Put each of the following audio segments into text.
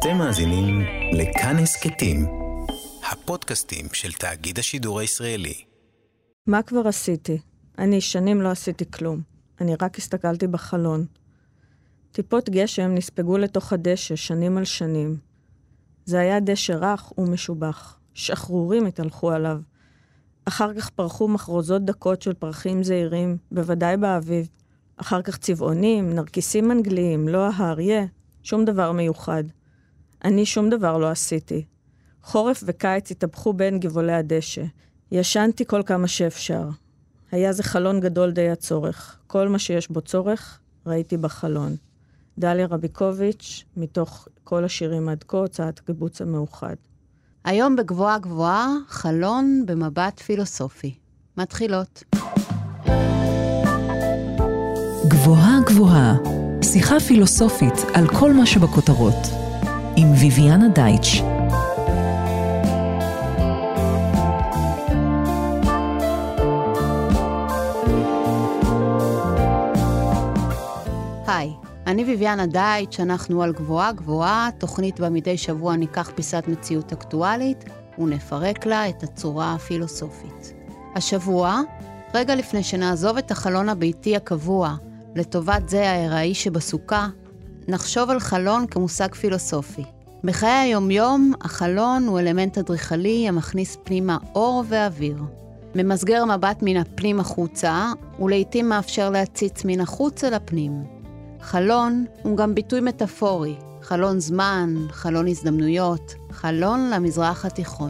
אתם מאזינים לכאן הסכתים, הפודקאסטים של תאגיד השידור הישראלי. מה כבר עשיתי? אני שנים לא עשיתי כלום. אני רק הסתכלתי בחלון. טיפות גשם נספגו לתוך הדשא שנים על שנים. זה היה דשא רך ומשובח. שחרורים התהלכו עליו. אחר כך פרחו מחרוזות דקות של פרחים זעירים, בוודאי באביב. אחר כך צבעונים, נרקיסים אנגליים, לא האריה, שום דבר מיוחד. אני שום דבר לא עשיתי. חורף וקיץ התהפכו בין גבעולי הדשא. ישנתי כל כמה שאפשר. היה זה חלון גדול די הצורך. כל מה שיש בו צורך, ראיתי בחלון. דליה רביקוביץ', מתוך כל השירים עד כה, הוצאת הקיבוץ המאוחד. היום בגבוהה גבוהה, חלון במבט פילוסופי. מתחילות. גבוהה גבוהה, שיחה פילוסופית על כל מה שבכותרות. עם ויויאנה דייטש. היי, אני ויויאנה דייטש, אנחנו על גבוהה גבוהה, תוכנית בה מדי שבוע ניקח פיסת מציאות אקטואלית ונפרק לה את הצורה הפילוסופית. השבוע, רגע לפני שנעזוב את החלון הביתי הקבוע לטובת זה ההיראי שבסוכה, נחשוב על חלון כמושג פילוסופי. בחיי היום-יום, החלון הוא אלמנט אדריכלי המכניס פנימה אור ואוויר. ממסגר מבט מן הפנים החוצה, ולעיתים מאפשר להציץ מן החוץ אל הפנים. חלון הוא גם ביטוי מטאפורי, חלון זמן, חלון הזדמנויות, חלון למזרח התיכון.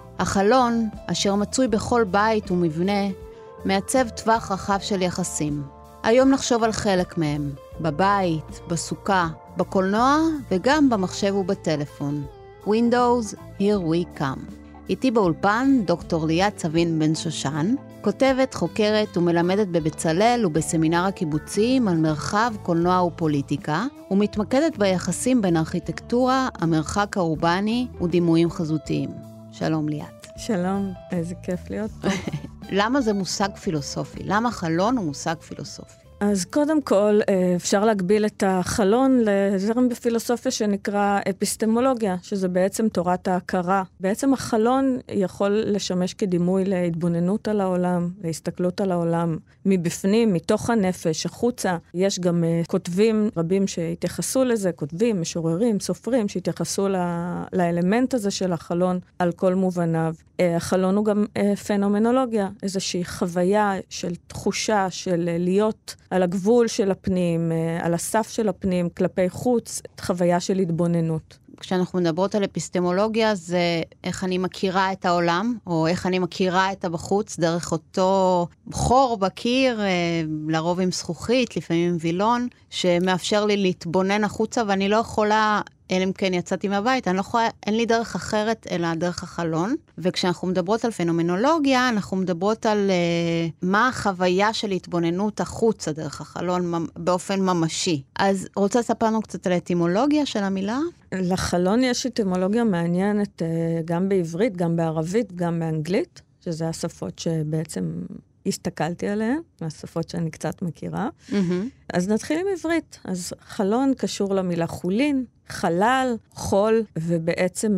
החלון, אשר מצוי בכל בית ומבנה, מעצב טווח רחב של יחסים. היום נחשוב על חלק מהם, בבית, בסוכה, בקולנוע וגם במחשב ובטלפון. Windows, here we come. איתי באולפן דוקטור ליאת צבין בן שושן, כותבת, חוקרת ומלמדת בבצלאל ובסמינר הקיבוצים על מרחב, קולנוע ופוליטיקה, ומתמקדת ביחסים בין ארכיטקטורה, המרחק האורבני ודימויים חזותיים. שלום ליאת. שלום, איזה כיף להיות פה. למה זה מושג פילוסופי? למה חלון הוא מושג פילוסופי? אז קודם כל, אפשר להגביל את החלון לזרם בפילוסופיה שנקרא אפיסטמולוגיה, שזה בעצם תורת ההכרה. בעצם החלון יכול לשמש כדימוי להתבוננות על העולם, להסתכלות על העולם מבפנים, מתוך הנפש, החוצה. יש גם כותבים רבים שהתייחסו לזה, כותבים, משוררים, סופרים, שהתייחסו לאלמנט הזה של החלון על כל מובניו. החלון הוא גם פנומנולוגיה, איזושהי חוויה של תחושה של להיות על הגבול של הפנים, על הסף של הפנים, כלפי חוץ, חוויה של התבוננות. כשאנחנו מדברות על אפיסטמולוגיה, זה איך אני מכירה את העולם, או איך אני מכירה את הבחוץ, דרך אותו חור בקיר, לרוב עם זכוכית, לפעמים עם וילון, שמאפשר לי להתבונן החוצה, ואני לא יכולה, אלא אם כן יצאתי מהבית, אין לי דרך אחרת, אלא דרך החלון. וכשאנחנו מדברות על פנומנולוגיה, אנחנו מדברות על מה החוויה של התבוננות החוצה דרך החלון, באופן ממשי. אז רוצה לספר לנו קצת על האטימולוגיה של המילה? לחלון יש אטימולוגיה מעניינת גם בעברית, גם בערבית, גם באנגלית, שזה השפות שבעצם הסתכלתי עליהן, השפות שאני קצת מכירה. אז נתחיל עם עברית. אז חלון קשור למילה חולין, חלל, חול, ובעצם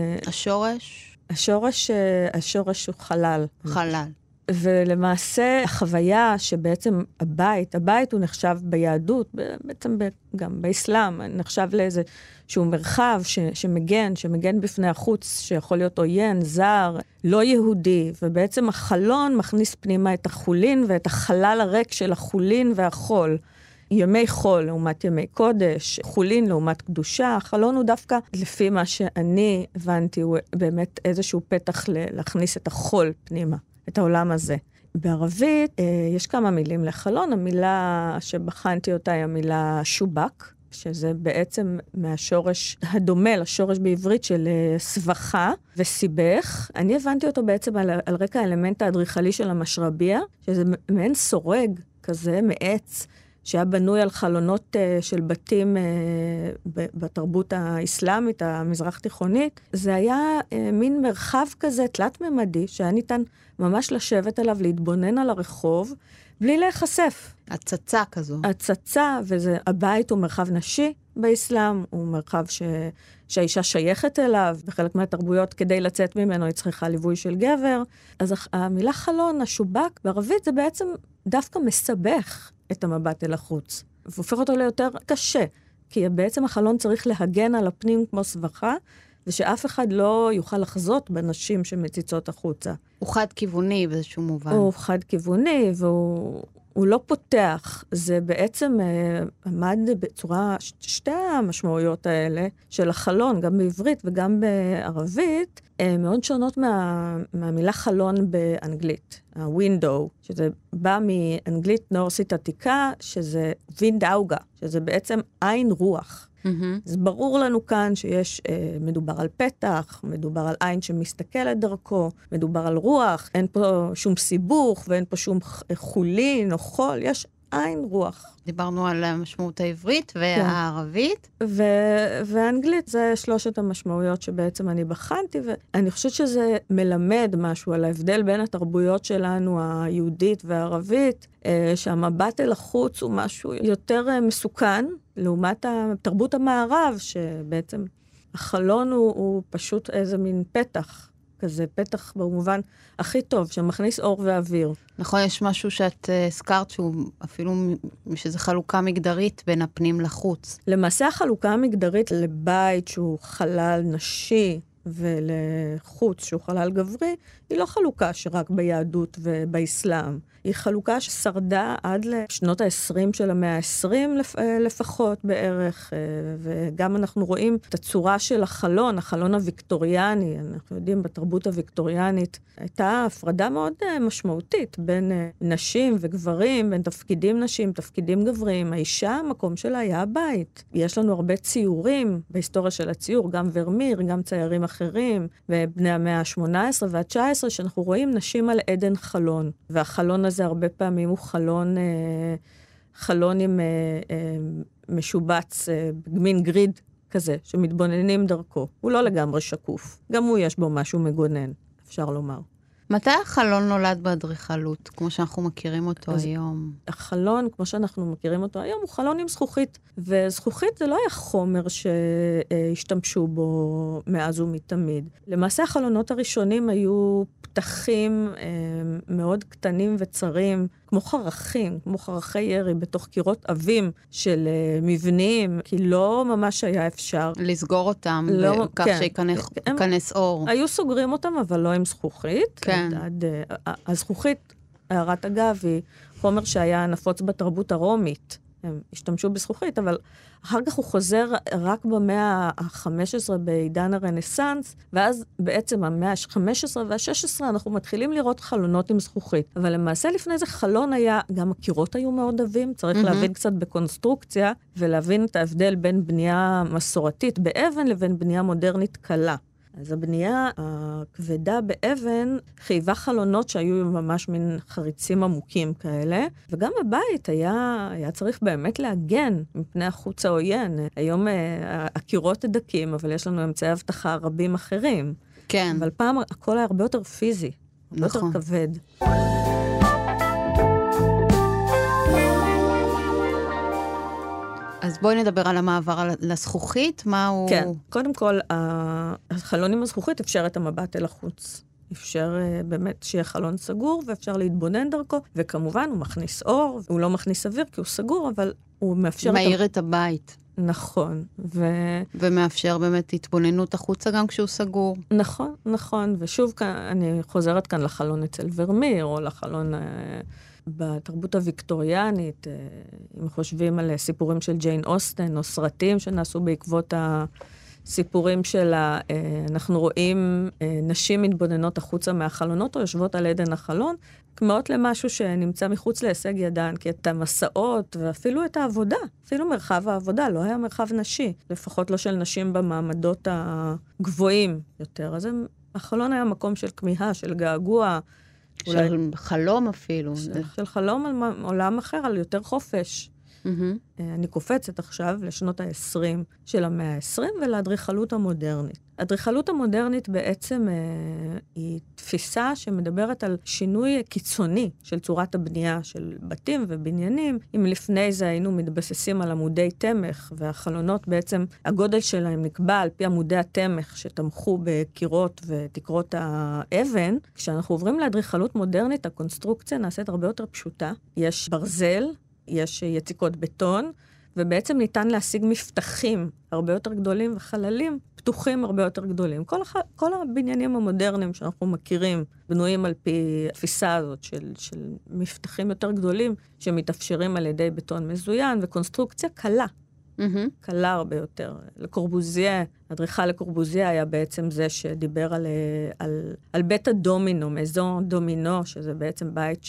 השורש הוא חלל. חלל. ולמעשה החוויה שבעצם הבית הוא נחשב ביהדות, בעצם גם באסלאם, נחשב לאיזה שהוא מרחב שמגן בפני החוץ, שיכול להיות עוין, זר, לא יהודי, ובעצם החלון מכניס פנימה את החולין ואת החלל הריק של החולין והחול. ימי חול לעומת ימי קודש, חולין לעומת קדושה, החלון הוא דווקא, לפי מה שאני הבנתי, הוא באמת איזשהו פתח להכניס את החול פנימה, את העולם הזה. בערבית יש כמה מילים לחלון, המילה שבחנתי אותה היא המילה שובק, שזה בעצם מהשורש הדומה לשורש בעברית של סבכה וסיבך. אני הבנתי אותו בעצם על רקע האלמנט האדריכלי של המשרביה, שזה מעין סורג כזה מעץ, שהיה בנוי על חלונות של בתים בתרבות האסלאמית, המזרח תיכונית. זה היה מין מרחב כזה תלת-ממדי, שהיה ניתן ממש לשבת עליו, להתבונן על הרחוב, בלי להיחשף. הצצה כזו. הצצה, הבית הוא מרחב נשי, באסלאם, הוא מרחב שהאישה שייכת אליו, בחלק מהתרבויות כדי לצאת ממנו היא צריכה ליווי של גבר. אז המילה חלון, השובק, בערבית זה בעצם דווקא מסבך את המבט אל החוץ, והופך אותו ליותר קשה, כי בעצם החלון צריך להגן על הפנים כמו סבכה, ושאף אחד לא יוכל לחזות בנשים שמציצות החוצה. הוא חד-כיווני באיזשהו מובן. הוא חד-כיווני, והוא לא פותח. זה בעצם עמד בצורה, שתי המשמעויות האלה של החלון, גם בעברית וגם בערבית, מאוד שונות מהמילה חלון באנגלית. ה-window, שזה בא מאנגלית נורסית עתיקה, שזה וינדאוגה, שזה בעצם עין רוח. אז ברור לנו כאן שיש, מדובר על פתח, מדובר על עין שמסתכלת דרכו, מדובר על רוח, אין פה שום סיבוך ואין פה שום חולין או חול, יש עין רוח. דיברנו על המשמעות העברית והערבית. והאנגלית זה שלושת המשמעויות שבעצם אני בחנתי, ואני חושבת שזה מלמד משהו על ההבדל בין התרבויות שלנו, היהודית והערבית, שהמבט אל החוץ הוא משהו יותר מסוכן, לעומת תרבות המערב, שבעצם החלון הוא פשוט איזה מין פתח, כזה פתח במובן הכי טוב, שמכניס אור ואוויר. נכון, יש משהו שאת הזכרת, שהוא אפילו שזה חלוקה מגדרית בין הפנים לחוץ. למעשה החלוקה המגדרית לבית שהוא חלל נשי, ולחוץ שהוא חלל גברי, היא לא חלוקה שרק ביהדות ובאסלאם. היא חלוקה ששרדה עד לשנות ה-20 של המאה ה-20 לפחות בערך, וגם אנחנו רואים את הצורה של החלון הוויקטוריאני, אנחנו יודעים בתרבות הוויקטוריאנית, הייתה הפרדה מאוד משמעותית בין נשים וגברים, בין תפקידים נשים, תפקידים גבריים. האישה, המקום שלה היה הבית. יש לנו הרבה ציורים בהיסטוריה של הציור, גם ורמיר, גם ציירים אחרים, ובני המאה ה-18 וה-19, שאנחנו רואים נשים על עדן חלון. והחלון הזה הרבה פעמים הוא חלון עם משובץ, מין גריד כזה, שמתבוננים דרכו. הוא לא לגמרי שקוף. גם הוא יש בו משהו מגונן, אפשר לומר. מתי החלון נולד באדריכלות, כמו שאנחנו מכירים אותו היום? החלון, כמו שאנחנו מכירים אותו היום, הוא חלון עם זכוכית. וזכוכית זה לא היה חומר שהשתמשו בו מאז ומתמיד. למעשה החלונות הראשונים היו פתחים מאוד קטנים וצרים, כמו חרכי ירי, בתוך קירות עבים של מבנים, כי לא ממש היה אפשר. לסגור אותם, כך שיכנס אור. היו סוגרים אותם, אבל לא עם זכוכית. כן. הזכוכית, הערת אגב, היא חומר שהיה נפוץ בתרבות הרומית. הם השתמשו בזכוכית, אבל אחר כך הוא חוזר רק במאה ה-15 בעידן הרנסנס, ואז בעצם המאה ה-15 וה-16 אנחנו מתחילים לראות חלונות עם זכוכית. אבל למעשה לפני זה חלון היה, גם הקירות היו מאוד עבים, צריך להבין קצת בקונסטרוקציה, ולהבין את ההבדל בין בנייה מסורתית באבן לבין בנייה מודרנית קלה. אז הבנייה הכבדה באבן חייבה חלונות שהיו ממש מין חריצים עמוקים כאלה, וגם הבית היה צריך באמת להגן מפני החוץ העוין. היום הקירות דקים, אבל יש לנו אמצעי אבטחה רבים אחרים. כן. אבל פעם הכל היה הרבה יותר פיזי, הרבה יותר כבד. אז בואי נדבר על המעבר לזכוכית, מה הוא... כן, קודם כל, החלון עם הזכוכית אפשר את המבט אל החוץ. אפשר באמת שיהיה חלון סגור, ואפשר להתבונן דרכו, וכמובן הוא מכניס אור, הוא לא מכניס אוויר כי הוא סגור, אבל הוא מאפשר... מאיר את הבית. נכון. ומאפשר באמת התבוננות החוצה גם כשהוא סגור. נכון, ושוב אני חוזרת כאן לחלון אצל ורמיר, או לחלון... בתרבות הוויקטוריאנית, אם חושבים על סיפורים של ג'יין אוסטן, או סרטים שנעשו בעקבות הסיפורים שלה, אנחנו רואים נשים מתבוננות החוצה מהחלונות, או יושבות על עדן החלון, כמות למשהו שנמצא מחוץ להישג ידן, כי את המסעות, ואפילו את העבודה, אפילו מרחב העבודה, לא היה מרחב נשי, לפחות לא של נשים במעמדות הגבוהים יותר. אז החלון היה מקום של כמיהה, של געגוע, של חלום אפילו. של חלום על עולם אחר, על יותר חופש. אני קופצת עכשיו לשנות ה-20 של המאה ה-20 ולאדריכלות המודרנית. האדריכלות המודרנית בעצם היא תפיסה שמדברת על שינוי קיצוני של צורת הבנייה של בתים ובניינים. אם לפני זה היינו מתבססים על עמודי תמך, והחלונות בעצם, הגודל שלהם נקבע על פי עמודי התמך שתמכו בקירות ותקרות האבן. כשאנחנו עוברים לאדריכלות מודרנית, הקונסטרוקציה נעשית הרבה יותר פשוטה. יש ברזל, יש יציקות בטון, ובעצם ניתן להשיג מפתחים הרבה יותר גדולים וחללים פתוחים הרבה יותר גדולים. כל הבניינים המודרניים שאנחנו מכירים בנויים על פי התפיסה הזאת של מפתחים יותר גדולים שמתאפשרים על ידי בטון מזוין וקונסטרוקציה קלה. קלה הרבה יותר. לקורבוזיה, אדריכל לקורבוזיה היה בעצם זה שדיבר על בית הדומינו, מזון דומינו, שזה בעצם בית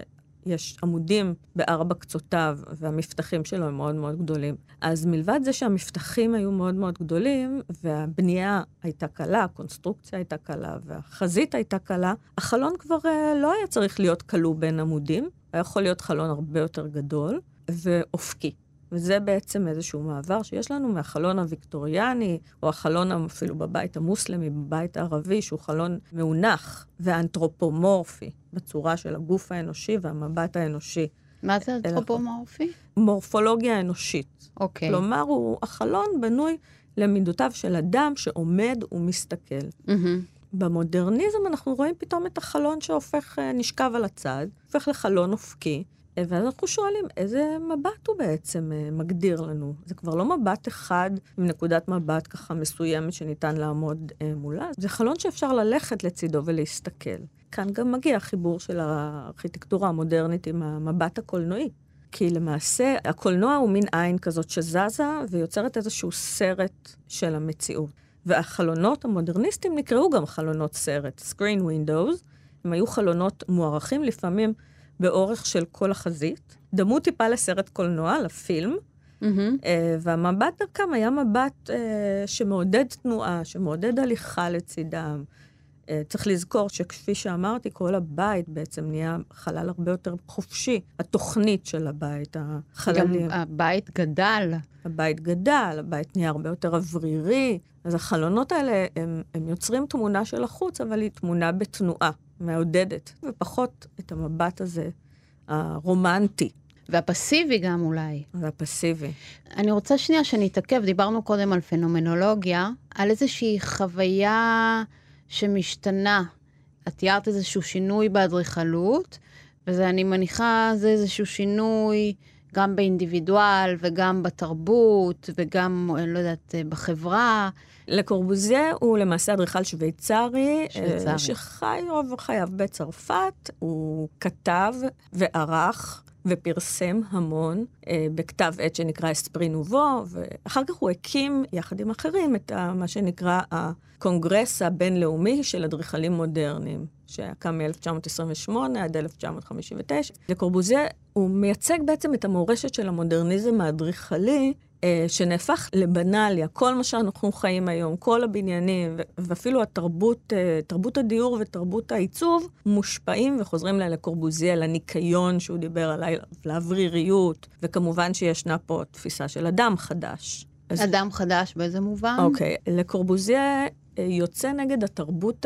יש עמודים בארבע קצותיו, והמפתחים שלו הם מאוד מאוד גדולים. אז מלבד זה שהמפתחים היו מאוד מאוד גדולים, והבנייה הייתה קלה, הקונסטרוקציה הייתה קלה, והחזית הייתה קלה, החלון כבר לא היה צריך להיות כלוא בין עמודים, היה יכול להיות חלון הרבה יותר גדול ואופקי. וזה בעצם איזשהו מעבר שיש לנו מהחלון הוויקטוריאני, או החלון אפילו בבית המוסלמי, בבית הערבי, שהוא חלון מאונח ואנתרופומורפי, בצורה של הגוף האנושי והמבט האנושי. מה זה אנתרופומורפי? מורפולוגיה אנושית. אוקיי. כלומר, החלון בנוי למידותיו של אדם שעומד ומסתכל. במודרניזם אנחנו רואים פתאום את החלון שהופך, נשכב על הצד, הופך לחלון אופקי, ואז אנחנו שואלים, איזה מבט הוא בעצם מגדיר לנו? זה כבר לא מבט אחד עם נקודת מבט ככה מסוימת שניתן לעמוד מולה. זה חלון שאפשר ללכת לצידו ולהסתכל. כאן גם מגיע החיבור של הארכיטקטורה המודרנית עם המבט הקולנועי. כי למעשה הקולנוע הוא מין עין כזאת שזזה ויוצרת איזשהו סרט של המציאות. והחלונות המודרניסטיים נקראו גם חלונות סרט, screen windows. הם היו חלונות מוערכים לפעמים באורך של כל החזית. דמו טיפה לסרט קולנוע, לפילם, והמבט דרכם היה מבט שמעודד תנועה, שמעודד הליכה לצידם. צריך לזכור שכפי שאמרתי, כל הבית בעצם נהיה חלל הרבה יותר חופשי. התוכנית של הבית, החללים. גם הבית גדל. הבית גדל, הבית נהיה הרבה יותר אוורירי. אז החלונות האלה, הם יוצרים תמונה של החוץ, אבל היא תמונה בתנועה, מעודדת, ופחות את המבט הזה הרומנטי. והפסיבי גם אולי. והפסיבי. אני רוצה שנייה שנתעכב, דיברנו קודם על פנומנולוגיה, על איזושהי חוויה שמשתנה. את תיארת איזשהו שינוי באדריכלות, וזה אני מניחה זה איזשהו שינוי גם באינדיבידואל וגם בתרבות וגם, אני לא יודעת, בחברה. לקורבוזיה הוא למעשה אדריכל שוויצרי, שחי רוב חייו בצרפת, הוא כתב וערך ופרסם המון בכתב עת שנקרא אספרי נובו, ואחר כך הוא הקים יחד עם אחרים את מה שנקרא הקונגרס הבינלאומי של אדריכלים מודרניים, שקם מ-1928 עד 1959. לקורבוזיה הוא מייצג בעצם את המורשת של המודרניזם האדריכלי, שנהפך לבנליה, כל מה שאנחנו חיים היום, כל הבניינים, ואפילו התרבות, תרבות הדיור ותרבות העיצוב, מושפעים וחוזרים לקורבוזיה, לניקיון שהוא דיבר עליי, לאווריריות, וכמובן שישנה פה תפיסה של אדם חדש. אדם חדש באיזה מובן? אוקיי, לקורבוזיה יוצא נגד התרבות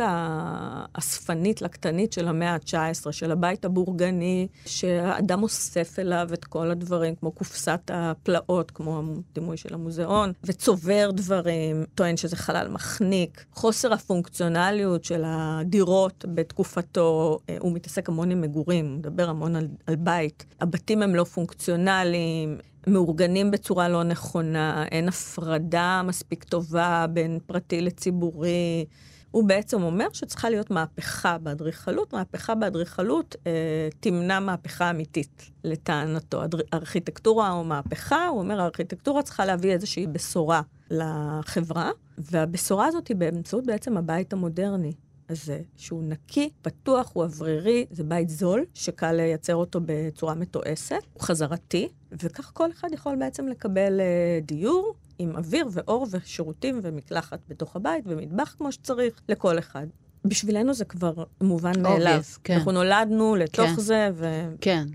האספנית לקטנית של המאה ה-19, של הבית הבורגני, שהאדם אוסף אליו את כל הדברים, כמו קופסת הפלאות, כמו הדימוי של המוזיאון, וצובר דברים, טוען שזה חלל מחניק. חוסר הפונקציונליות של הדירות בתקופתו, הוא מתעסק המון עם מגורים, הוא מדבר המון על בית. הבתים הם לא פונקציונליים, מאורגנים בצורה לא נכונה, אין הפרדה מספיק טובה בין פרטי לציבורי. הוא בעצם אומר שצריכה להיות מהפכה באדריכלות. מהפכה באדריכלות תמנע מהפכה אמיתית לטענתו. ארכיטקטורה או מהפכה, הוא אומר, הארכיטקטורה צריכה להביא איזושהי בשורה לחברה, והבשורה הזאת היא באמצעות בעצם הבית המודרני. אז שהוא נקי, פתוח, הוא אוורירי, זה בית זול, שקל לייצר אותו בצורה מתועסת, הוא חזרתי, וכך כל אחד יכול בעצם לקבל דיור עם אוויר ואור ושירותים ומקלחת בתוך הבית, ומטבח כמו שצריך לכל אחד. בשבילנו זה כבר מובן מאליו. כן. אנחנו נולדנו לתוך כן. זה, כן.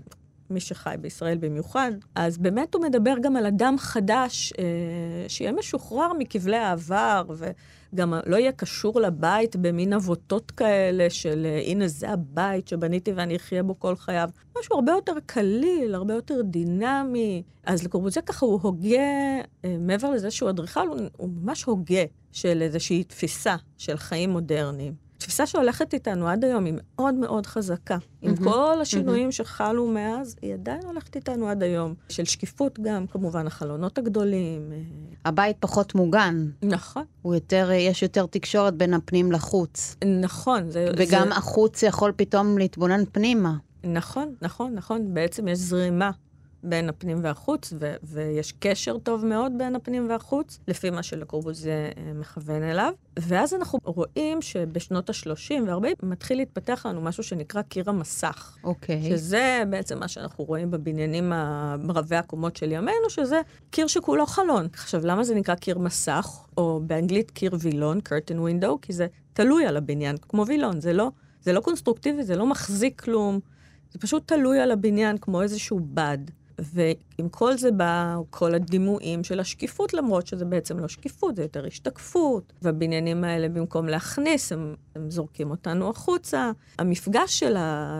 מי שחי בישראל במיוחד. אז באמת הוא מדבר גם על אדם חדש, שיהיה משוחרר מכבלי העבר, וגם לא יהיה קשור לבית במין אבותות כאלה, של הנה זה הבית שבניתי ואני אחיה בו כל חייו. משהו הרבה יותר קליל, הרבה יותר דינמי. אז לקורבוזיה ככה הוא הוגה, מעבר לזה שהוא אדריכל, הוא ממש הוגה של איזושהי תפיסה של חיים מודרניים. תפיסה שהולכת איתנו עד היום היא מאוד מאוד חזקה. עם כל השינויים שחלו מאז, היא עדיין הולכת איתנו עד היום. של שקיפות גם, כמובן, החלונות הגדולים. הבית פחות מוגן. נכון. יש יותר תקשורת בין הפנים לחוץ. נכון. וגם החוץ יכול פתאום להתבונן פנימה. נכון, נכון, נכון. בעצם יש זרימה בין הפנים והחוץ, ויש קשר טוב מאוד בין הפנים והחוץ, לפי מה שלקורבוזיה מכוון אליו. ואז אנחנו רואים שבשנות ה-30 ו-40 מתחיל להתפתח לנו משהו שנקרא קיר המסך. אוקיי. שזה בעצם מה שאנחנו רואים בבניינים רבי הקומות של ימינו, שזה קיר שכולו חלון. עכשיו, למה זה נקרא קיר מסך, או באנגלית קיר וילון, curtain window, כי זה תלוי על הבניין, כמו וילון. זה לא קונסטרוקטיבי, זה לא מחזיק כלום, זה פשוט תלוי על הבניין כמו איזשהו בד. ועם כל זה בא כל הדימויים של השקיפות, למרות שזה בעצם לא שקיפות, זה יותר השתקפות. והבניינים האלה, במקום להכניס, הם זורקים אותנו החוצה. המפגש של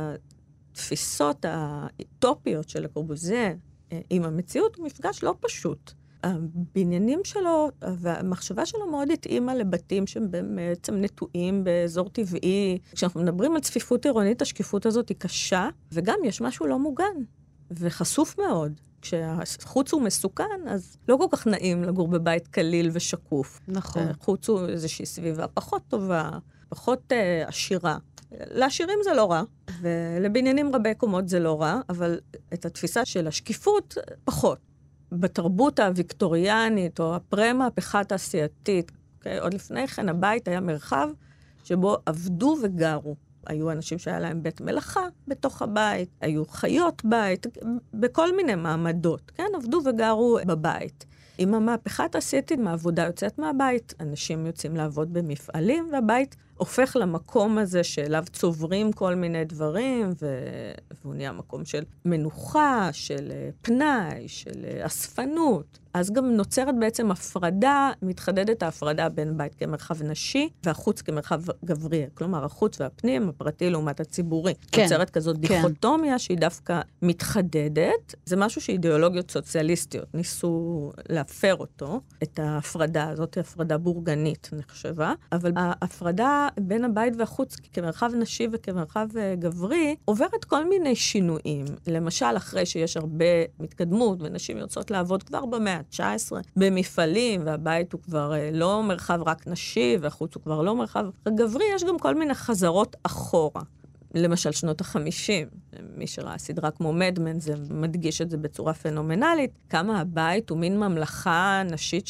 התפיסות האוטופיות של לקורבוזיה עם המציאות הוא מפגש לא פשוט. הבניינים שלו והמחשבה שלו מאוד התאימה לבתים שהם בעצם נטועים באזור טבעי. כשאנחנו מדברים על צפיפות עירונית, השקיפות הזאת היא קשה, וגם יש משהו לא מוגן. וחשוף מאוד. כשהחוץ הוא מסוכן, אז לא כל כך נעים לגור בבית קליל ושקוף. נכון. חוץ הוא איזושהי סביבה פחות טובה, פחות עשירה. לעשירים זה לא רע, ולבניינים רבי קומות זה לא רע, אבל את התפיסה של השקיפות פחות. בתרבות הוויקטוריאנית, או הפרה-מהפכה התעשייתית, עוד לפני כן הבית היה מרחב שבו עבדו וגרו. היו אנשים שהיה להם בית מלאכה בתוך הבית, היו חיות בית, בכל מיני מעמדות, כן? עבדו וגרו בבית. עם המהפכה התעשייתית, מהעבודה יוצאת מהבית, אנשים יוצאים לעבוד במפעלים, והבית הופך למקום הזה שאליו צוברים כל מיני דברים, והוא נהיה מקום של מנוחה, של פנאי, של אספנות. אז גם נוצרת בעצם הפרדה, מתחדדת ההפרדה בין בית כמרחב נשי, והחוץ כמרחב גברי. כלומר, החוץ והפנים, הפרטי לעומת הציבורי. כן. נוצרת כזאת דיכוטומיה שהיא דווקא מתחדדת. זה משהו שאידיאולוגיות סוציאליסטיות ניסו להפר אותו, את ההפרדה הזאת, הפרדה בורגנית נחשבה, אבל ההפרדה בין הבית והחוץ כמרחב נשי וכמרחב גברי, עוברת כל מיני שינויים. למשל, אחרי שיש הרבה מתקדמות, ונשים יוצאות לעבוד כבר במאה ה-19, במפעלים, והבית הוא כבר לא מרחב רק נשי, והחוץ הוא כבר לא מרחב גברי, יש גם כל מיני חזרות אחורה. למשל, שנות ה-50, מי שראה סדרה כמו מדמן, זה מדגיש את זה בצורה פנומנלית, כמה הבית הוא מין ממלכה נשית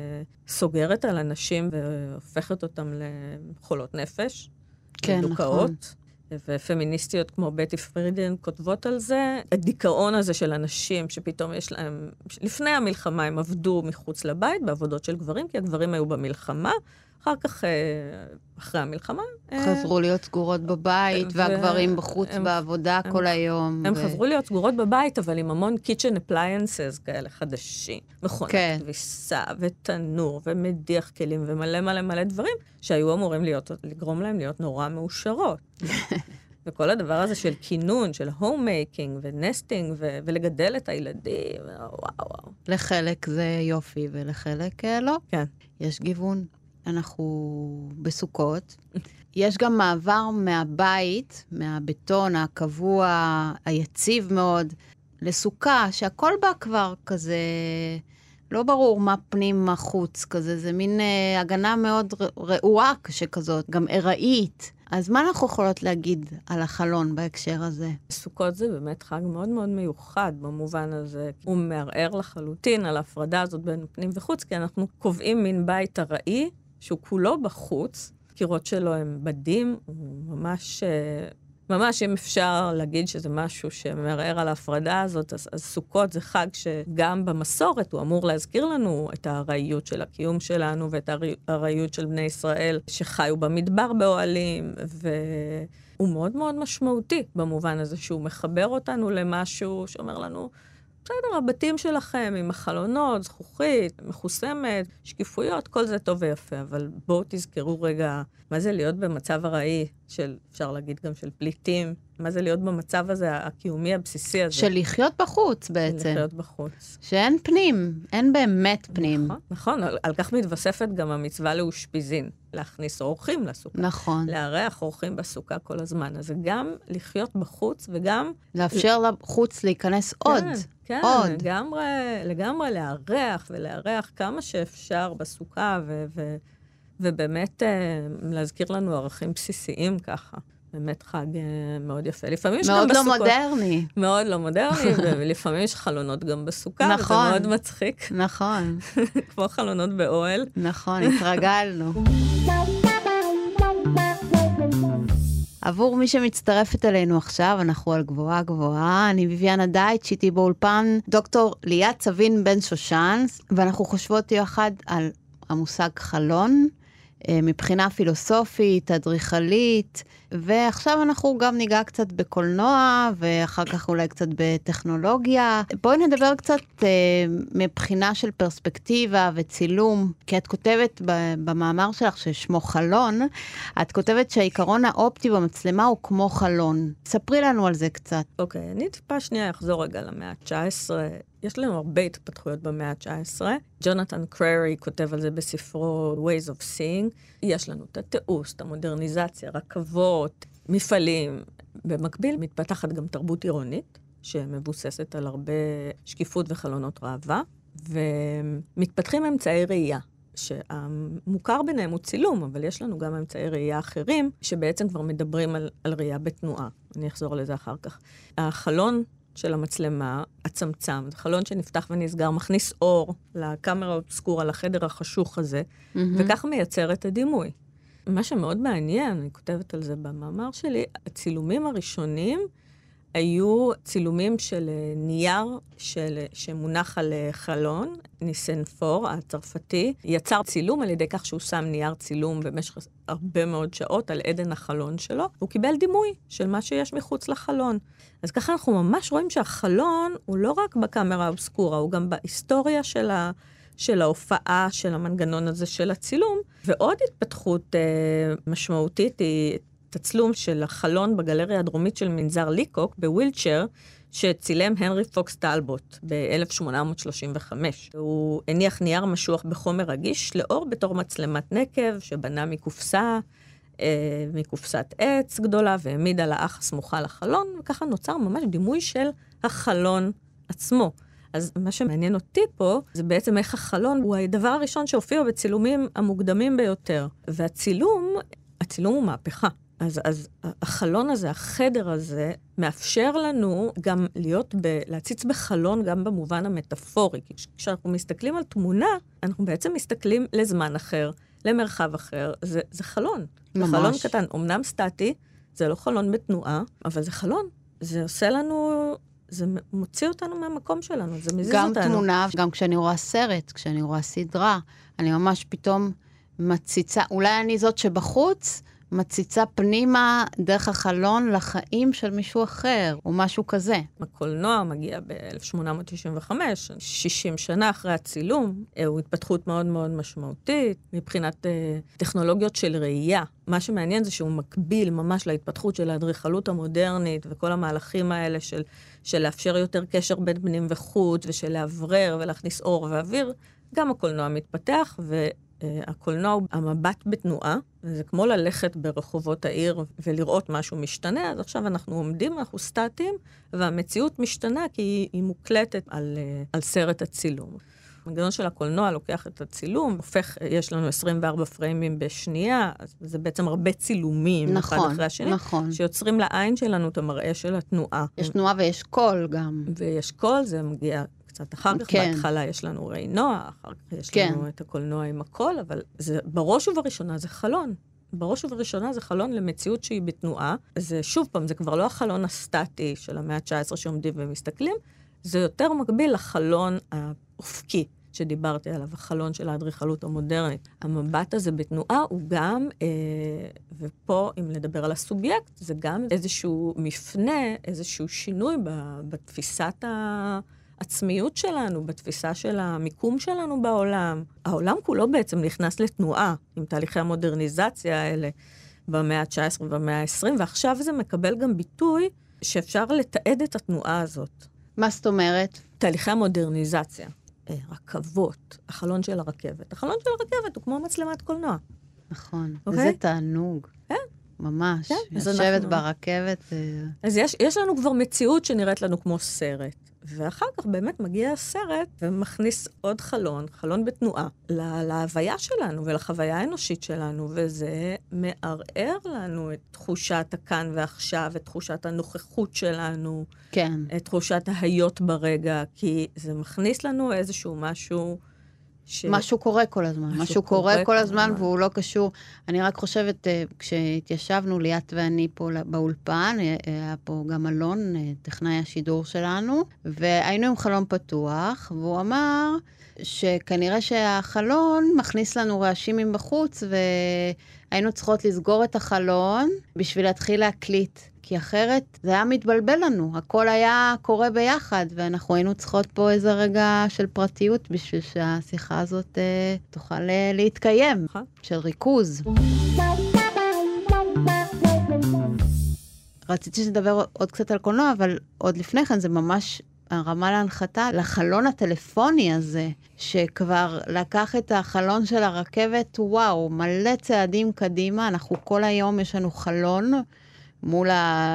שסוגרת על אנשים והופכת אותם לחולות נפש, כן, ודוקאות. נכון. ופמיניסטיות כמו בטי פרידן כותבות על זה. הדיכאון הזה של אנשים שפתאום יש להם, לפני המלחמה הם עבדו מחוץ לבית, בעבודות של גברים, כי הגברים היו במלחמה, אחר כך, אחרי המלחמה... חזרו להיות סגורות בבית, והגברים בחוץ בעבודה כל היום. הם חזרו להיות סגורות בבית, אבל עם המון kitchen appliances כאלה חדשים. מכונת כביסה, ותנור, ומדיח כלים, ומלא מלא מלא דברים, שהיו אמורים לגרום להם להיות נורא מאושרות. וכל הדבר הזה של כינון, של homemaking ונסטינג, ולגדל את הילדים, וואו. לחלק זה יופי, ולחלק לא. כן. יש גיוון. אנחנו בסוכות. יש גם מעבר מהבית, מהבטון הקבוע, היציב מאוד, לסוכה, שהכל בה כבר כזה, לא ברור מה פנים, מה חוץ כזה, זה מין הגנה מאוד רעועה שכזאת, גם עראית. אז מה אנחנו יכולות להגיד על החלון בהקשר הזה? סוכות זה באמת חג מאוד מאוד מיוחד במובן הזה. הוא מערער לחלוטין על ההפרדה הזאת בין פנים וחוץ, כי אנחנו קובעים מין בית ארעי, שהוא כולו בחוץ, קירות שלו הם בדים, הוא ממש ממש אם אפשר להגיד שזה משהו שמערער על ההפרדה הזאת, אז סוכות זה חג שגם במסורת הוא אמור להזכיר לנו את הארעיות של הקיום שלנו, ואת הארעיות של בני ישראל שחיו במדבר באוהלים, והוא מאוד מאוד משמעותי במובן הזה שהוא מחבר אותנו למשהו שאומר לנו, בסדר, הבתים שלכם עם החלונות, זכוכית, מחוסמת, שקיפויות, כל זה טוב ויפה, אבל בואו תזכרו רגע, מה זה להיות במצב ארעי של, אפשר להגיד גם של פליטים, מה זה להיות במצב הזה, הקיומי הבסיסי הזה. של לחיות בחוץ בעצם. לחיות בחוץ. שאין פנים, אין באמת פנים. נכון, נכון, על כך מתווספת גם המצווה לאושפיזין, להכניס אורחים לסוכה. נכון. לארח אורחים בסוכה כל הזמן, אז זה גם לחיות בחוץ וגם... לאפשר לחוץ להיכנס עוד. כן, עוד. לגמרי לארח ולארח כמה שאפשר בסוכה, ובאמת להזכיר לנו ערכים בסיסיים ככה. באמת חג מאוד יפה. לפעמים יש גם בסוכה... מאוד לא מודרני. מאוד לא מודרני, ולפעמים יש חלונות גם בסוכה, נכון. וזה מאוד מצחיק. נכון. כמו חלונות באוהל. נכון, התרגלנו. עבור מי שמצטרפת אלינו עכשיו, אנחנו על גבוהה גבוהה, אני ביביאנה דייטש, איתי באולפן דוקטור ליאת צבין בן שושן, ואנחנו חושבות יחד על המושג חלון, מבחינה פילוסופית, אדריכלית, ועכשיו אנחנו גם ניגע קצת בקולנוע, ואחר כך אולי קצת בטכנולוגיה. בואי נדבר קצת מבחינה של פרספקטיבה וצילום, כי את כותבת במאמר שלך ששמו חלון, את כותבת שהעיקרון האופטי במצלמה הוא כמו חלון. ספרי לנו על זה קצת. אוקיי, אני טיפה שנייה אחזור רגע למאה ה-19. יש לנו הרבה התפתחויות במאה ה-19. ג'ונתן קררי כותב על זה בספרו Ways of Seeing. יש לנו את התיאוס, את המודרניזציה, רכבות, מפעלים. במקביל מתפתחת גם תרבות עירונית, שמבוססת על הרבה שקיפות וחלונות ראווה, ומתפתחים אמצעי ראייה, שהמוכר ביניהם הוא צילום, אבל יש לנו גם אמצעי ראייה אחרים, שבעצם כבר מדברים על ראייה בתנועה. אני אחזור לזה אחר כך. החלון של המצלמה, הצמצם, זה חלון שנפתח ונסגר, מכניס אור לקאמרה האובסקורה, לחדר החשוך הזה, וכך מייצר את הדימוי. מה שמאוד מעניין, אני כותבת על זה במאמר שלי, הצילומים הראשונים היו צילומים של נייר שמונח על חלון, ניסן פור, הצרפתי, יצר צילום על ידי כך שהוא שם נייר צילום במשך הרבה מאוד שעות על עדן החלון שלו, הוא קיבל דימוי של מה שיש מחוץ לחלון. אז ככה אנחנו ממש רואים שהחלון הוא לא רק בקאמרה האובסקורה, הוא גם בהיסטוריה של ההופעה, של המנגנון הזה של הצילום, ועוד התפתחות משמעותית היא תצלום של החלון בגלריה הדרומית של מנזר ליקוק בווילצ'ר, שצילם הנרי פוקס טלבוט ב-1835. הוא הניח נייר משוח בחומר רגיש לאור בתור מצלמת נקב, שבנה מקופסת עץ גדולה, והעמיד על האח הסמוכה לחלון, וככה נוצר ממש דימוי של החלון עצמו. אז מה שמעניין אותי פה, זה בעצם איך החלון הוא הדבר הראשון שהופיע בצילומים המוקדמים ביותר. והצילום הוא מהפכה. אז החלון הזה, החדר הזה, מאפשר לנו גם להציץ בחלון גם במובן המטאפורי. כי כשאנחנו מסתכלים על תמונה, אנחנו בעצם מסתכלים לזמן אחר, למרחב אחר. זה חלון. ממש. זה חלון קטן, אמנם סטטי, זה לא חלון בתנועה, אבל זה חלון. זה עושה לנו, זה מוציא אותנו מהמקום שלנו, זה מזיז אותנו. גם תמונה, גם כשאני רואה סרט, כשאני רואה סדרה, אני ממש פתאום מציצה, אולי אני זאת שבחוץ, מציצה פנימה דרך החלון לחיים של מישהו אחר, או משהו כזה. הקולנוע מגיע ב-1895, 60 שנה אחרי הצילום, הוא התפתחות מאוד מאוד משמעותית, מבחינת טכנולוגיות של ראייה. מה שמעניין זה שהוא מקביל ממש להתפתחות של האדריכלות המודרנית, וכל המהלכים האלה של לאפשר יותר קשר בין פנים וחוץ, ושל להברר ולהכניס אור ואוויר. גם הקולנוע מתפתח, הקולנוע הוא המבט בתנועה, זה כמו ללכת ברחובות העיר ולראות משהו משתנה, אז עכשיו אנחנו עומדים, אנחנו סטטיים, והמציאות משתנה כי היא מוקלטת על סרט הצילום. המנגנון של הקולנוע לוקח את הצילום, יש לנו 24 פריימים בשנייה, אז זה בעצם הרבה צילומים, נכון, אחד אחרי השני, נכון. שיוצרים לעין שלנו את המראה של התנועה. יש תנועה ויש קול גם. ויש קול, זה מגיע קצת אחר כך, כן. בהתחלה יש לנו ראי נוע, אחר כך יש לנו את הקולנוע עם הקול, אבל זה, בראש ובראשונה זה חלון. בראש ובראשונה זה חלון למציאות שהיא בתנועה. זה שוב פעם, זה כבר לא החלון הסטטי של המאה ה-19 שעומדים ומסתכלים, זה יותר מקביל לחלון האופקי שדיברתי עליו, החלון של האדריכלות המודרנית. המבט הזה בתנועה הוא גם, ופה אם לדבר על הסובייקט, זה גם איזשהו מפנה, איזשהו שינוי בתפיסת העצמיות שלנו, בתפיסה של המיקום שלנו בעולם. העולם כולו בעצם נכנס לתנועה, עם תהליכי המודרניזציה האלה במאה ה-19 ובמאה ה-20, ועכשיו זה מקבל גם ביטוי שאפשר לתעד את התנועה הזאת. מה זאת אומרת? תהליכי המודרניזציה, רכבות, החלון של הרכבת. החלון של הרכבת הוא כמו מצלמת קולנוע. נכון, אוקיי? איזה תענוג. כן. ממש, כן, יושבת ברכבת. אז יש לנו כבר מציאות שנראית לנו כמו סרט, ואחר כך באמת מגיע הסרט ומכניס עוד חלון בתנועה, להוויה שלנו ולחוויה האנושית שלנו, וזה מערער לנו את תחושת הכאן ועכשיו, את תחושת הנוכחות שלנו, כן. את תחושת ההיות ברגע, כי זה מכניס לנו איזשהו משהו משהו קורה כל הזמן, משהו קורה כל הזמן והוא לא קשור. אני רק חושבת, כשהתיישבנו ליאת ואני פה באולפן, היה פה גם אלון, טכנאי השידור שלנו, והיינו עם חלון פתוח, והוא אמר שכנראה שהחלון מכניס לנו רעשים מבחוץ, והיינו צריכות לסגור את החלון בשביל להתחיל להקליט. כי אחרת זה היה מתבלבל לנו, הכל היה קורה ביחד, ואנחנו היינו צריכות פה איזה רגע של פרטיות, בשביל שהשיחה הזאת תוכל להתקיים, של ריכוז. רציתי שנדבר עוד קצת על קולנוע, אבל עוד לפני כן זה ממש הרמה להנחתה לחלון הטלפוני הזה, שכבר לקח את החלון של הרכבת, וואו, מלא צעדים קדימה, אנחנו כל היום יש לנו חלון, מול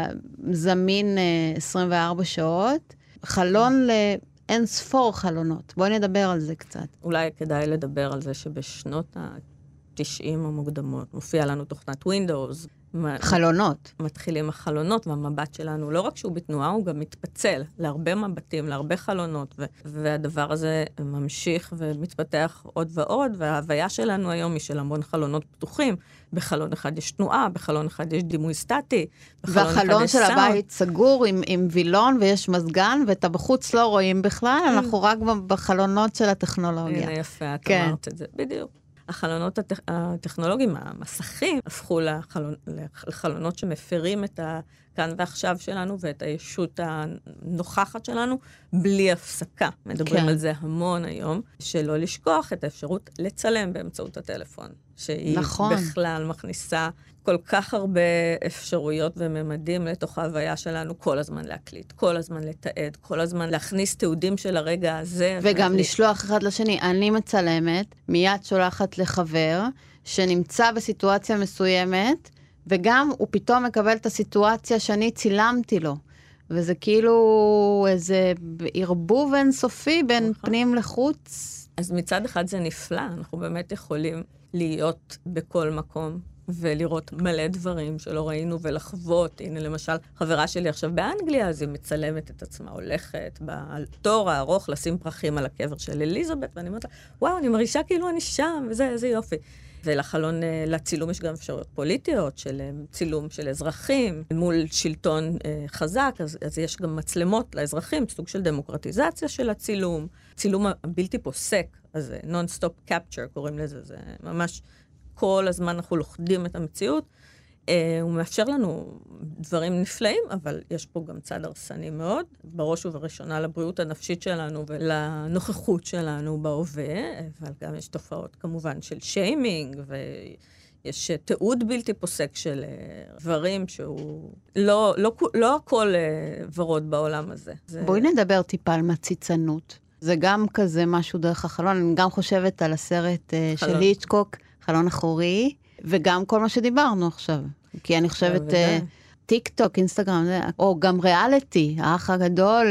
הזמין 24 שעות, חלון לאין ספור חלונות. בואי נדבר על זה קצת. אולי כדאי לדבר על זה שבשנות ה-90 המוקדמות מופיע לנו תוכנת Windows. חלונות. מתחילים החלונות, והמבט שלנו, לא רק שהוא בתנועה, הוא גם מתפצל להרבה מבטים, להרבה חלונות, והדבר הזה ממשיך ומתפתח עוד ועוד, וההוויה שלנו היום היא של המון חלונות פתוחים. בחלון אחד יש תנועה, בחלון אחד יש דימוי סטטי, והחלון של הבית סגור עם וילון ויש מזגן, ואת בחוץ לא רואים בכלל, אנחנו רק בחלונות של הטכנולוגיה. הנה יפה, את אמרת את זה, בדיוק. החלונות הטכנולוגיים, המסכים, הפכו לחלונות שמפרים את הכאן ועכשיו שלנו, ואת הישות הנוכחת שלנו, בלי הפסקה. מדברים על זה המון היום, שלא לשכוח את האפשרות לצלם באמצעות הטלפון, שהיא בכלל מכניסה כל כך הרבה אפשרויות וממדים לתוך ההוויה שלנו, כל הזמן להקליט, כל הזמן לתעד, כל הזמן להכניס תיעודים של הרגע הזה. וגם לשלוח אחד לשני. אני מצלמת, מיד שולחת לחבר, שנמצא בסיטואציה מסוימת, וגם הוא פתאום מקבל את הסיטואציה שאני צילמתי לו. וזה כאילו איזה ערבוב אינסופי בין פנים לחוץ. אז מצד אחד זה נפלא, אנחנו באמת יכולים להיות בכל מקום, ולראות מלא דברים שלא ראינו ולחוות. הנה למשל, חברה שלי עכשיו באנגליה, אז היא מצלמת את עצמה, הולכת בתור הארוך לשים פרחים על הקבר של אליזבת, ואני אומרת לה, וואו, אני מרגישה כאילו אני שם, וזה, איזה יופי. ולחלון, לצילום יש גם אפשרויות פוליטיות, של צילום של אזרחים, מול שלטון חזק, אז יש גם מצלמות לאזרחים, סוג של דמוקרטיזציה של הצילום, צילום הבלתי פוסק, אז non-stop capture קוראים לזה, זה ממש כל הזמן אנחנו לוכדים את המציאות, הוא מאפשר לנו דברים נפלאים, אבל יש פה גם צד הרסני מאוד, בראש ובראשונה לבריאות הנפשית שלנו ולנוכחות שלנו בהווה, אבל גם יש תופעות כמובן של שיימינג, ויש תיעוד בלתי פוסק של דברים שהוא לא הכל ורוד בעולם הזה. בואי נדבר טיפה על מציצנות. זה גם כזה משהו דרך החלון, אני גם חושבת על הסרט של היצ'קוק, חלון אחורי, וגם כל מה שדיברנו עכשיו. כי אני חושבת טיק טוק, אינסטגרם, או גם ריאליטי, האח הגדול,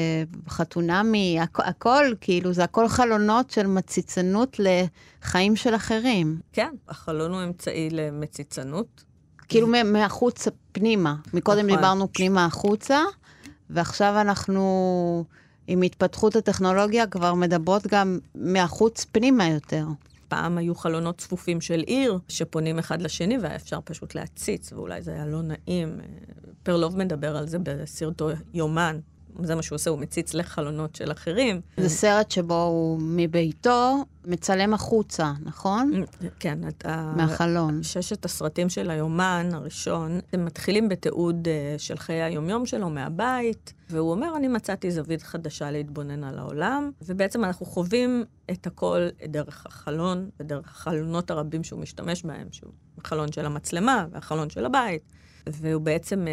חתונמי, הכל, כאילו זה הכל חלונות של מציצנות לחיים של אחרים. כן, החלון הוא אמצעי למציצנות. כאילו מהחוץ פנימה. מקודם דיברנו פנימה החוצה, ועכשיו אנחנו עם התפתחות הטכנולוגיה כבר מדברות גם מהחוץ פנימה יותר. פעם היו חלונות צפופים של עיר, שפונים אחד לשני, והיה אפשר פשוט להציץ, ואולי זה היה לא נעים. פרלוב מדבר על זה בסרטו יומן. זה מה שהוא עושה, הוא מציץ לחלונות של אחרים. זה סרט שבו הוא מביתו מצלם החוצה, נכון? כן. מהחלון. 6 הסרטים של היומן הראשון, הם מתחילים בתיעוד של חיי היומיום שלו מהבית, והוא אומר, אני מצאתי זווית חדשה להתבונן על העולם, ובעצם אנחנו חווים את הכל דרך החלון, ודרך החלונות הרבים שהוא משתמש בהם, שהוא החלון של המצלמה והחלון של הבית, והוא בעצם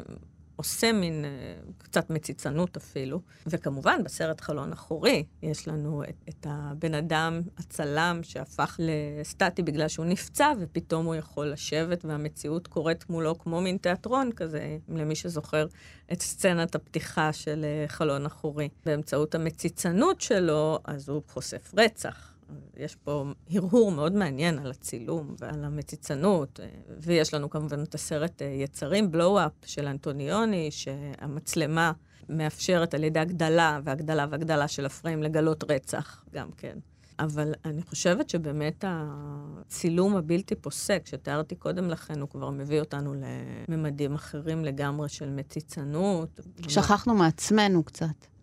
עושה מין קצת מציצנות אפילו. וכמובן, בסרט חלון אחורי, יש לנו את הבן אדם, הצלם, שהפך לסטטי בגלל שהוא נפצע, ופתאום הוא יכול לשבת, והמציאות קורית מולו כמו מין תיאטרון כזה, למי שזוכר את סצנת הפתיחה של חלון אחורי. באמצעות המציצנות שלו, אז הוא חושף רצח. יש פה הרהור מאוד מעניין על הצילום ועל המציצנות, ויש לנו כמובן את הסרט יצרים, בלואו-אפ של אנטוניוני, שהמצלמה מאפשרת על ידי הגדלה והגדלה של הפריים לגלות רצח גם כן. אבל אני חושבת שבאמת הצילום הבלתי פוסק, שתיארתי קודם לכן, הוא כבר מביא אותנו לממדים אחרים לגמרי של מציצנות. שכחנו מעצמנו קצת.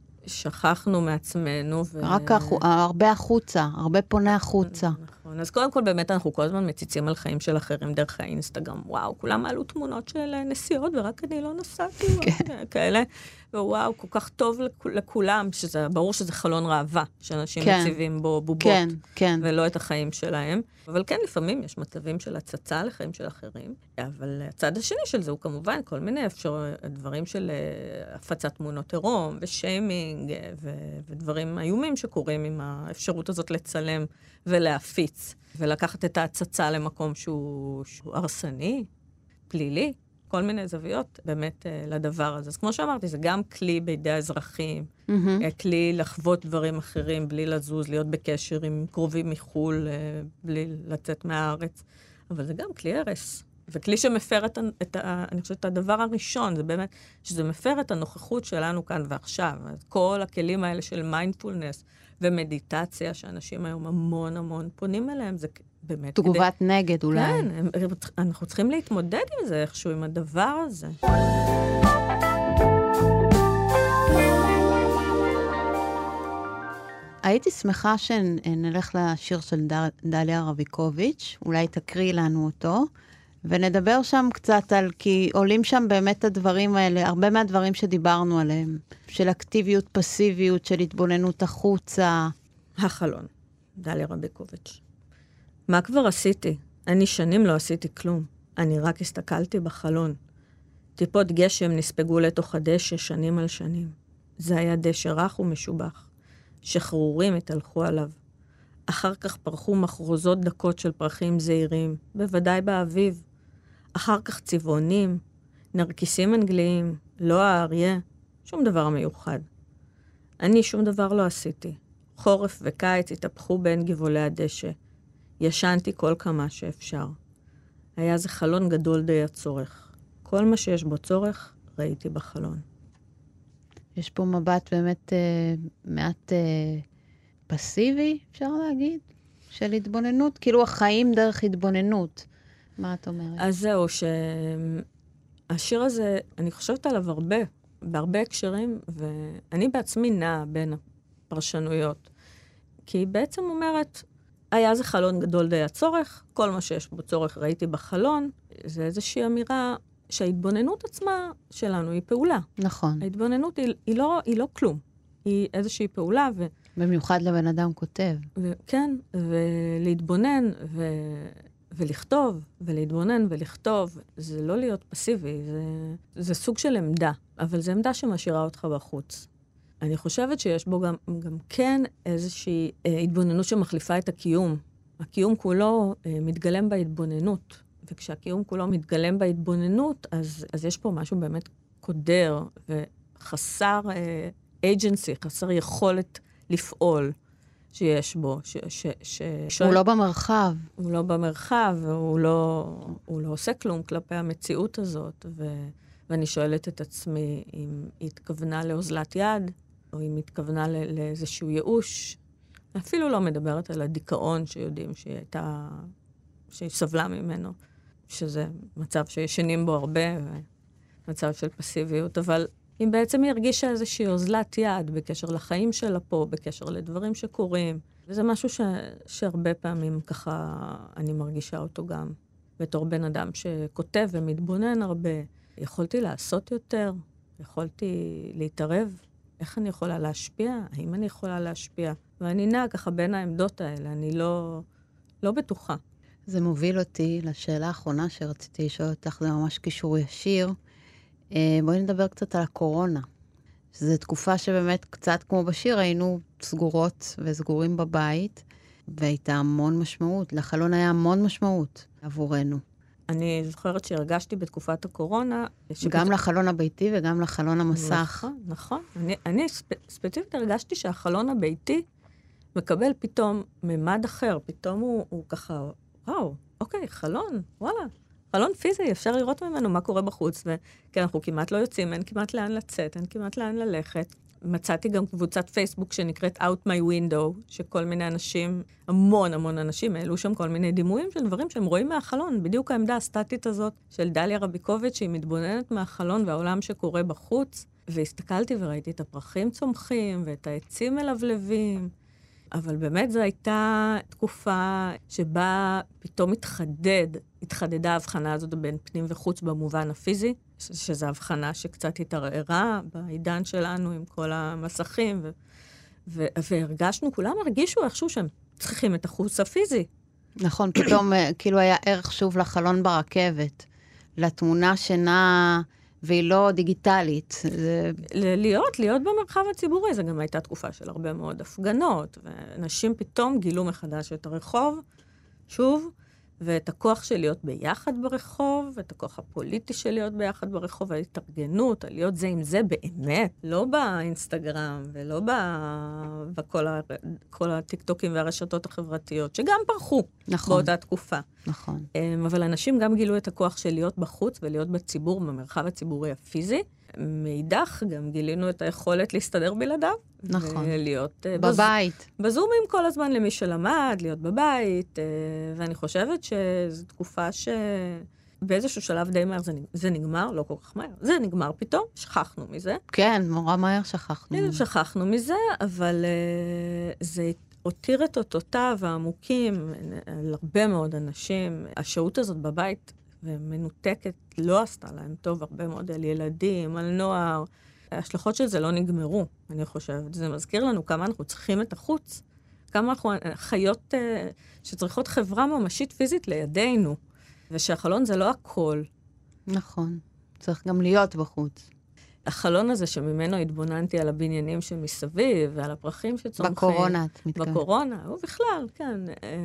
שכחנו מעצמנו. רק הרבה החוצה, הרבה פונה החוצה. נכון. אז קודם כל באמת אנחנו כל הזמן מציצים על חיים של אחרים דרך האינסטגרם. וואו, כולם מעלו תמונות של נסיעות, ורק אני לא נסעתי. כאלה. ווואו, כל כך טוב לכולם, ברור שזה חלון ראווה, שאנשים מציבים בו בובות, ולא את החיים שלהם. אבל כן, לפעמים יש מצבים של הצצה לחיים של אחרים, אבל הצד השני של זה הוא כמובן כל מיני דברים של הפצת תמונות עירום, ושיימינג, ודברים איומים שקורים עם האפשרות הזאת לצלם ולהפיץ, ולקחת את ההצצה למקום שהוא הרסני, פלילי. כל מיני זוויות באמת לדבר הזה. אז כמו שאמרתי, זה גם כלי בידי האזרחים, כלי לחוות דברים אחרים בלי לזוז, להיות בקשר עם קרובים מחול, בלי לצאת מהארץ. אבל זה גם כלי הרס. וכלי שמפר אני חושבת, את הדבר הראשון, זה באמת שזה מפר את הנוכחות שלנו כאן ועכשיו. אז כל הכלים האלה של מיינדפולנס ומדיטציה, שאנשים היום המון המון פונים אליהם, זה באמת תגובת נגד אולי. כן, אנחנו צריכים להתמודד עם זה איכשהו, עם הדבר הזה. הייתי שמחה שנלך לשיר של דליה רביקוביץ', אולי תקריא לנו אותו, ונדבר שם קצת על, כי עולים שם באמת הדברים האלה, הרבה מהדברים שדיברנו עליהם, של אקטיביות, פסיביות, של התבוננות החוצה. החלון, דליה רביקוביץ'. מה כבר עשיתי? אני שנים לא עשיתי כלום. אני רק הסתכלתי בחלון. טיפות גשם נספגו לתוך הדשא שנים על שנים. זה היה דשא רך ומשובח. שחרורים התהלכו עליו. אחר כך פרחו מחרוזות דקות של פרחים זעירים, בוודאי באביב. אחר כך צבעונים, נרקיסים אנגליים, לא האריה, שום דבר מיוחד. אני שום דבר לא עשיתי. חורף וקיץ התהפכו בין גבעולי הדשא. ישנתי כל כמה שאפשר. היה זה חלון גדול די הצורך. כל מה שיש בו צורך, ראיתי בחלון. יש פה מבט באמת מעט פסיבי, אפשר להגיד, של התבוננות, כאילו החיים דרך התבוננות. מה את אומרת? אז זהו, שהשיר הזה, אני חושבת עליו הרבה, בהרבה הקשרים, ואני בעצמי נעה בין הפרשנויות. כי היא בעצם אומרת, היה זה חלון גדול די הצורך, כל מה שיש בו צורך ראיתי בחלון, זה איזושהי אמירה שההתבוננות עצמה שלנו היא פעולה. נכון. ההתבוננות היא לא כלום, היא איזושהי פעולה. במיוחד לבן אדם כותב. כן, ולהתבונן ולכתוב, ולהתבונן ולכתוב, זה לא להיות פסיבי, זה סוג של עמדה, אבל זו עמדה שמשאירה אותך בחוץ. אני חושבת שיש בו גם כן איזושהי התבוננות שמחליפה את הקיום. הקיום כולו מתגלם בהתבוננות, וכשהקיום כולו מתגלם בהתבוננות, אז יש פה משהו באמת קודר וחסר agency, חסר יכולת לפעול שיש בו. הוא לא במרחב. הוא לא במרחב, והוא לא עושה כלום כלפי המציאות הזאת, ואני שואלת את עצמי אם היא התכוונה לאוזלת יד, או אם היא התכוונה לאיזשהו ייאוש. אפילו לא מדברת על הדיכאון שיודעים שהיא סבלה ממנו, שזה מצב שישנים בו הרבה, מצב של פסיביות, אבל אם בעצם היא הרגישה איזושהי אוזלת יד בקשר לחיים שלה פה, בקשר לדברים שקורים, וזה משהו שהרבה פעמים ככה אני מרגישה אותו גם, בתור בן אדם שכותב ומתבונן הרבה. יכולתי לעשות יותר, יכולתי להתערב, איך אני יכולה להשפיע, האם אני יכולה להשפיע, ואני נעה ככה בין העמדות האלה, אני לא בטוחה. זה מוביל אותי לשאלה האחרונה שרציתי לשאול אותך, זה ממש קישור ישיר. בואי נדבר קצת על הקורונה. שזו תקופה שבאמת קצת כמו בשיר, היינו סגורות וסגורים בבית, והייתה המון משמעות. לחלון היה המון משמעות עבורנו. אני זוכרת שהרגשתי בתקופת הקורונה... גם לחלון הביתי וגם לחלון המסך. נכון. אני ספציפית הרגשתי שהחלון הביתי מקבל פתאום ממד אחר. פתאום הוא ככה, וואו, אוקיי, חלון, וואלה. חלון פיזי, אפשר לראות ממנו מה קורה בחוץ, וכן, אנחנו כמעט לא יוצאים, אין כמעט לאן לצאת, אין כמעט לאן ללכת. מצאתי גם קבוצת פייסבוק שנקראת Out My Window, שכל מיני אנשים, המון אנשים, העלו שם כל מיני דימויים של דברים שהם רואים מהחלון, בדיוק העמדה הסטטית הזאת של דליה רביקוביץ', שהיא מתבוננת מהחלון והעולם שקורה בחוץ, והסתכלתי וראיתי את הפרחים צומחים, ואת העצים מלבלבים, אבל באמת זו הייתה תקופה שבה פתאום התחדדה ההבחנה הזאת בין פנים וחוץ במובן הפיזי, שזו הבחנה שקצת התערערה בעידן שלנו עם כל המסכים, והרגשנו, כולם הרגישו איכשהו שהם צריכים את החוץ הפיזי. נכון, פתאום כאילו היה ערך שוב לחלון ברכבת, לתמונה שנעה והיא לא דיגיטלית. להיות במרחב הציבורי, זו גם הייתה תקופה של הרבה מאוד הפגנות, ואנשים פתאום גילו מחדש את הרחוב, שוב, ואת הכוח של להיות ביחד ברחוב, ואת הכוח הפוליטי של להיות ביחד ברחוב, ההתארגנות, להיות זה עם זה באמת, לא באינסטגרם, ולא בכל הטיקטוקים והרשתות החברתיות, שגם פרחו באותה תקופה. נכון. אבל אנשים גם גילו את הכוח של להיות בחוץ, ולהיות בציבור, במרחב הציבורי הפיזי. מאידך גם גילינו את היכולת להסתדר בלעדיו. נכון. ולהיות בבית. בזומים כל הזמן למי שלמד, להיות בבית, ואני חושבת שזו תקופה שבאיזשהו שלב די מהר זה נגמר, לא כל כך מהר, זה נגמר פתאום, שכחנו מזה. כן, נורא מהר שכחנו. שכחנו מזה, אבל זה הותיר את אותותיו העמוקים על הרבה מאוד אנשים. השהות הזאת בבית ומנותקת לא עשתה להם טוב, הרבה מאוד על ילדים, על נוער. ההשלכות של זה לא נגמרו, אני חושבת. זה מזכיר לנו כמה אנחנו צריכים את החוץ, כמה אנחנו חיות שצריכות חברה ממשית פיזית לידינו, ושהחלון זה לא הכל. נכון, צריך גם להיות בחוץ. החלון הזה שממנו התבוננתי על הבניינים שמסביב, ועל הפרחים שצומחים. בקורונה, את מתכוונת. בקורונה, ובכלל, כן.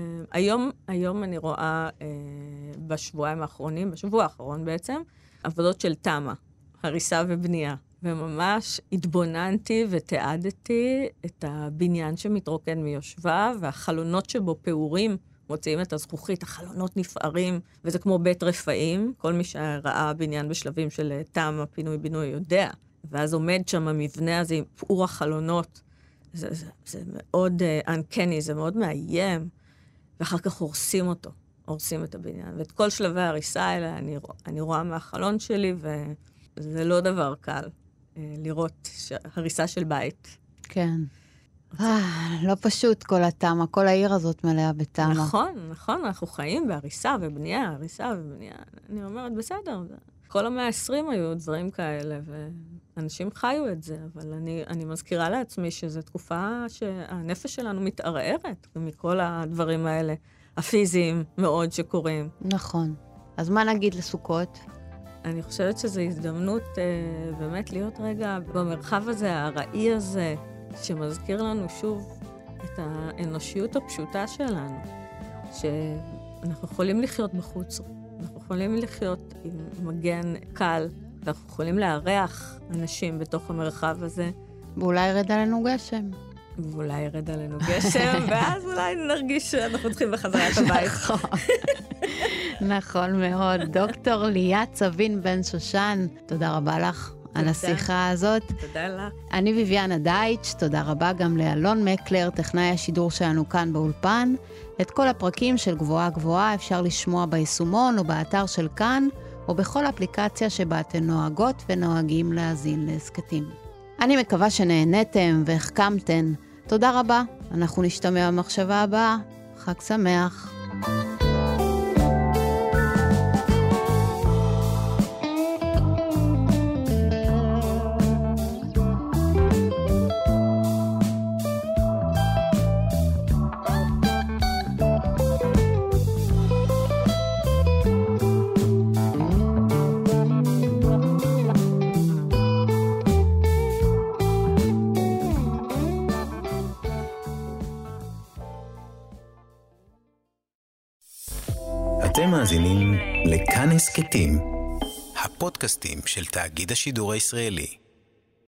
היום אני רואה בשבועיים האחרונים, בשבוע האחרון בעצם, עבודות של תמה, הריסה ובנייה. וממש התבוננתי ותיעדתי את הבניין שמתרוקן מיושביו, והחלונות שבו פעורים מוציאים את הזכוכית, החלונות נפערים, וזה כמו בית רפאים. כל מי שראה בניין בשלבים של תמה, פינוי-בינוי יודע. ואז עומד שם המבנה הזה עם פעור החלונות. זה מאוד uncanny, זה מאוד מאיים. ואחר כך הורסים אותו, הורסים את הבניין. ואת כל שלבי ההריסה האלה אני רואה מהחלון שלי, וזה לא דבר קל לראות הריסה של בית. כן. לא פשוט כל התמה, כל העיר הזאת מלאה בתמה. נכון, אנחנו חיים בהריסה ובנייה, אני אומרת, בסדר, כל ה-120 היו דברים כאלה, ואנשים חיו את זה, אבל אני מזכירה לעצמי שזו תקופה שהנפש שלנו מתערערת, מכל הדברים האלה, הפיזיים מאוד שקורים. נכון. אז מה נגיד לסוכות? אני חושבת שזו הזדמנות באמת להיות רגע במרחב הזה, הראי הזה, שמזכיר לנו שוב את האנושיות הפשוטה שלנו, שאנחנו יכולים לחיות בחוץ, אנחנו יכולים לחיות עם מגן קל, ואנחנו יכולים לארח אנשים בתוך המרחב הזה. ואולי ירד עלינו גשם. ואז אולי נרגיש שאנחנו צריכים בחזרה את הבית. נכון מאוד. דוקטור ליאת צבין בן שושן, תודה רבה לך על השיחה הזאת. תודה לך. אני ויויאנה דייטש, תודה רבה גם לאלון מקלר, טכנאי השידור שלנו כאן באולפן. את כל הפרקים של גבוהה גבוהה אפשר לשמוע ביישומון או באתר של כאן, או בכל אפליקציה שבה אתן נוהגות ונוהגים להאזין להסכתים. אני מקווה שנהנתם והחכמתן. תודה רבה. אנחנו נשתמע במחשבה הבאה. חג שמח. אתם מאזינים לכאן הסכתים, הפודקאסטים של תאגיד השידור הישראלי.